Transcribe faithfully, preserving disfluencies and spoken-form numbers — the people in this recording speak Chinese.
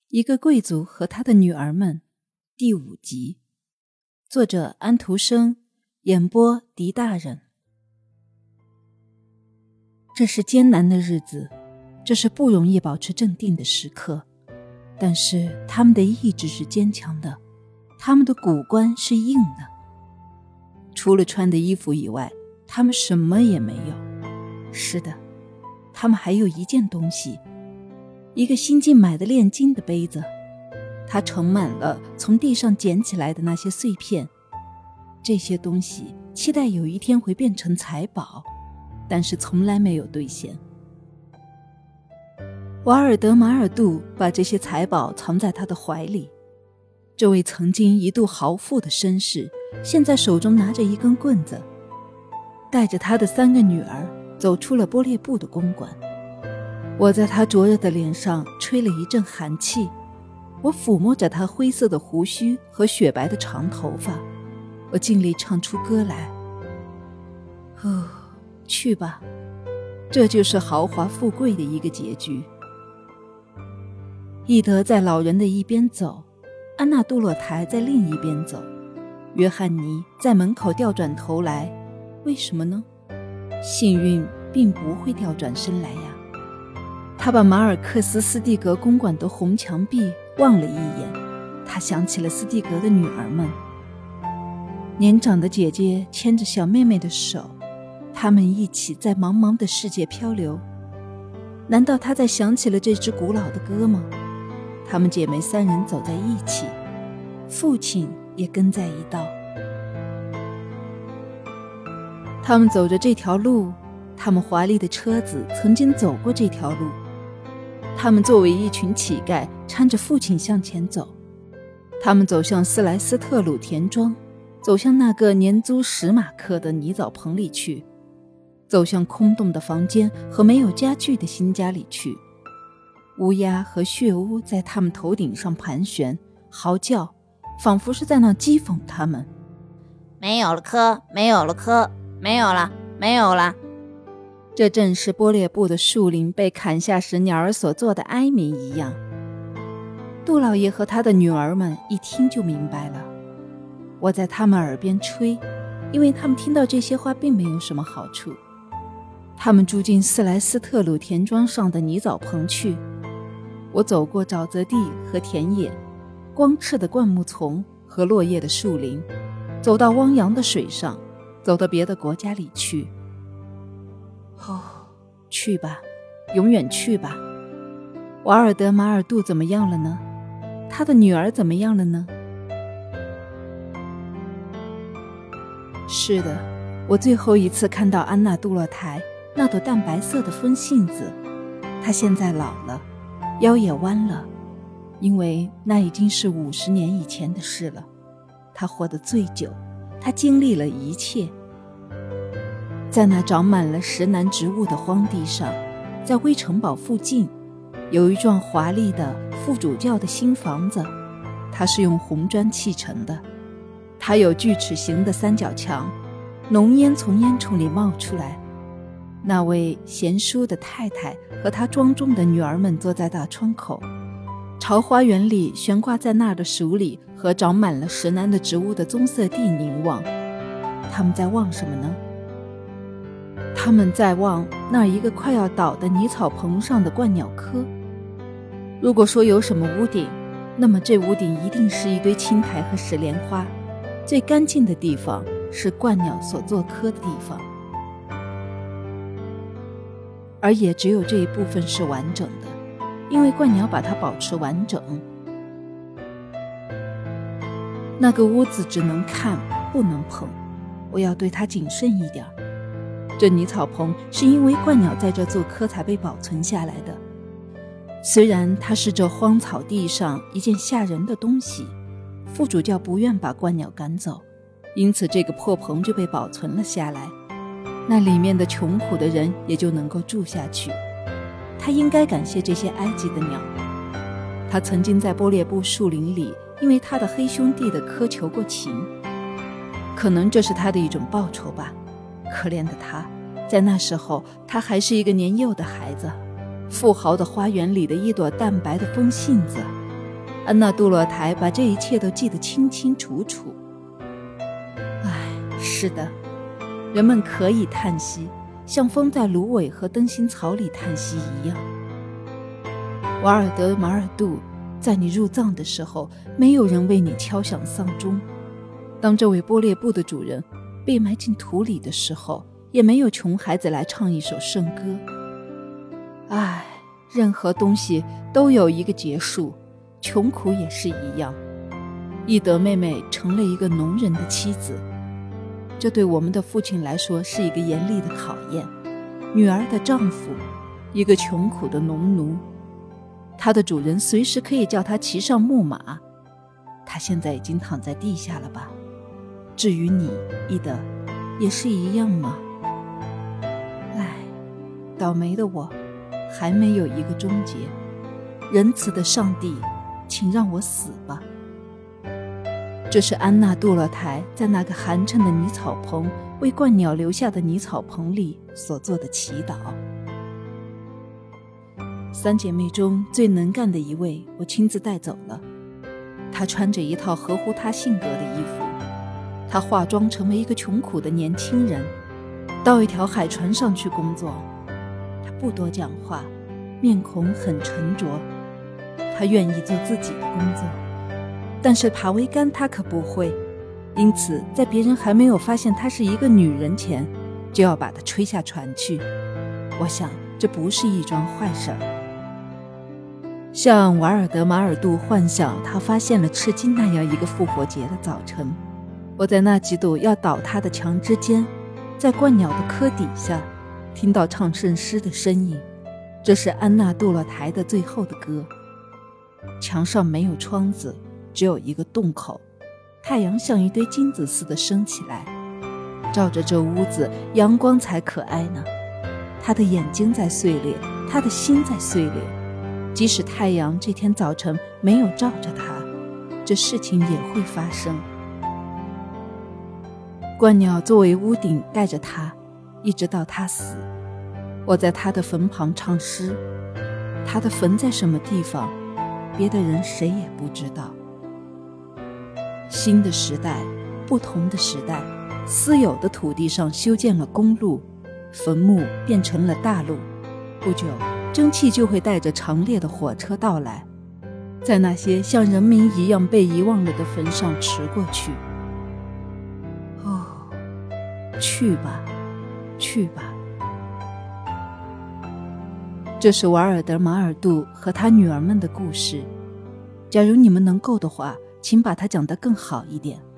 一个贵族和他的女儿们第五集，作者安徒生，演播狄大人。这是艰难的日子，这是不容易保持镇定的时刻，但是他们的意志是坚强的，他们的骨关是硬的。除了穿的衣服以外，他们什么也没有。是的，他们还有一件东西，一个新近买的炼金的杯子，它盛满了从地上捡起来的那些碎片。这些东西期待有一天会变成财宝，但是从来没有兑现。瓦尔德马尔杜把这些财宝藏在他的怀里。这位曾经一度豪富的绅士，现在手中拿着一根棍子，带着他的三个女儿走出了波列布的公馆。我在他灼热的脸上吹了一阵寒气，我抚摸着他灰色的胡须和雪白的长头发，我尽力唱出歌来。哦，去吧，这就是豪华富贵的一个结局。伊德在老人的一边走，安娜杜洛台在另一边走，约翰尼在门口调转头来。为什么呢？幸运并不会调转身来呀。他把马尔克斯斯蒂格公馆的红墙壁望了一眼，他想起了斯蒂格的女儿们。年长的姐姐牵着小妹妹的手，她们一起在茫茫的世界漂流。难道她在想起了这支古老的歌吗？她们姐妹三人走在一起，父亲也跟在一道。他们走着这条路，他们华丽的车子曾经走过这条路。他们作为一群乞丐搀着父亲向前走，他们走向斯莱斯特鲁田庄，走向那个年租十马克的泥澡棚里去，走向空洞的房间和没有家具的新家里去。乌鸦和血乌在他们头顶上盘旋嚎叫，仿佛是在那讥讽他们。 没有了科，没有了科，没有了，没有了。 这正是波列布的树林被砍下时鸟儿所做的哀鸣一样。杜老爷和他的女儿们一听就明白了。我在他们耳边吹，因为他们听到这些话并没有什么好处。他们住进斯莱斯特鲁田庄上的泥澡棚去。我走过沼泽地和田野，光赤的灌木丛和落叶的树林，走到汪洋的水上，走到别的国家里去。哦，去吧，永远去吧。瓦尔德马尔杜怎么样了呢？他的女儿怎么样了呢？是的，我最后一次看到安娜杜洛台那朵淡白色的风信子，她现在老了，腰也弯了，因为那已经是五十年以前的事了。她活得最久，她经历了一切。在那长满了石楠植物的荒地上，在威城堡附近，有一幢华丽的副主教的新房子，它是用红砖砌成的。它有锯齿形的三角墙，浓烟从烟囱里冒出来。那位贤淑的太太和她庄重的女儿们坐在大窗口，朝花园里悬挂在那儿的树里和长满了石楠的植物的棕色地凝望。他们在望什么呢？他们在望那儿一个快要倒的泥草棚上的鹳鸟科。如果说有什么屋顶，那么这屋顶一定是一堆青苔和石莲花。最干净的地方是鹳鸟所做科的地方，而也只有这一部分是完整的，因为鹳鸟把它保持完整。那个屋子只能看不能碰，我要对它谨慎一点。这泥草棚是因为鹳鸟在这做科才被保存下来的，虽然它是这荒草地上一件吓人的东西，副主教不愿把鹳鸟赶走，因此这个破棚就被保存了下来，那里面的穷苦的人也就能够住下去。他应该感谢这些埃及的鸟。他曾经在波列布树林里因为他的黑兄弟的科求过情，可能这是他的一种报酬吧。可怜的他，在那时候他还是一个年幼的孩子，富豪的花园里的一朵淡白的风信子， 安娜杜洛台把这一切都记得清清楚楚。唉，是的，人们可以叹息，像风在芦苇和灯芯草里叹息一样。瓦尔德马尔杜，在你入葬的时候，没有人为你敲响丧钟；当这位波列布的主人被埋进土里的时候，也没有穷孩子来唱一首圣歌。唉，任何东西都有一个结束，穷苦也是一样。伊德妹妹成了一个农人的妻子，这对我们的父亲来说是一个严厉的考验。女儿的丈夫，一个穷苦的农奴，他的主人随时可以叫他骑上木马。他现在已经躺在地下了吧？至于你，伊德，也是一样吗？唉，倒霉的我，还没有一个终结。仁慈的上帝，请让我死吧。这是安娜杜勒台在那个寒碜的泥草棚，为鹳鸟留下的泥草棚里所做的祈祷。三姐妹中最能干的一位，我亲自带走了。她穿着一套合乎她性格的衣服，她化妆成为一个穷苦的年轻人，到一条海船上去工作。她不多讲话，面孔很沉着，她愿意做自己的工作。但是爬桅杆她可不会，因此在别人还没有发现她是一个女人前，就要把她吹下船去。我想这不是一桩坏事儿。像瓦尔德马尔杜幻想他发现了赤金那样一个复活节的早晨，我在那几堵要倒塌的墙之间，在鹳鸟的窠底下，听到唱圣诗的声音。这是安娜杜勒台的最后的歌。墙上没有窗子，只有一个洞口，太阳像一堆金子似的升起来，照着这屋子，阳光才可爱呢。他的眼睛在碎裂，他的心在碎裂，即使太阳这天早晨没有照着他，这事情也会发生。鹳鸟作为屋顶带着他，一直到他死。我在他的坟旁唱诗，他的坟在什么地方，别的人谁也不知道。新的时代，不同的时代，私有的土地上修建了公路，坟墓变成了大路。不久，蒸汽就会带着长烈的火车到来，在那些像人民一样被遗忘了的坟上驰过去。哦，去吧，去吧。这是瓦尔德马尔杜和他女儿们的故事。假如你们能够的话，请把它讲得更好一点。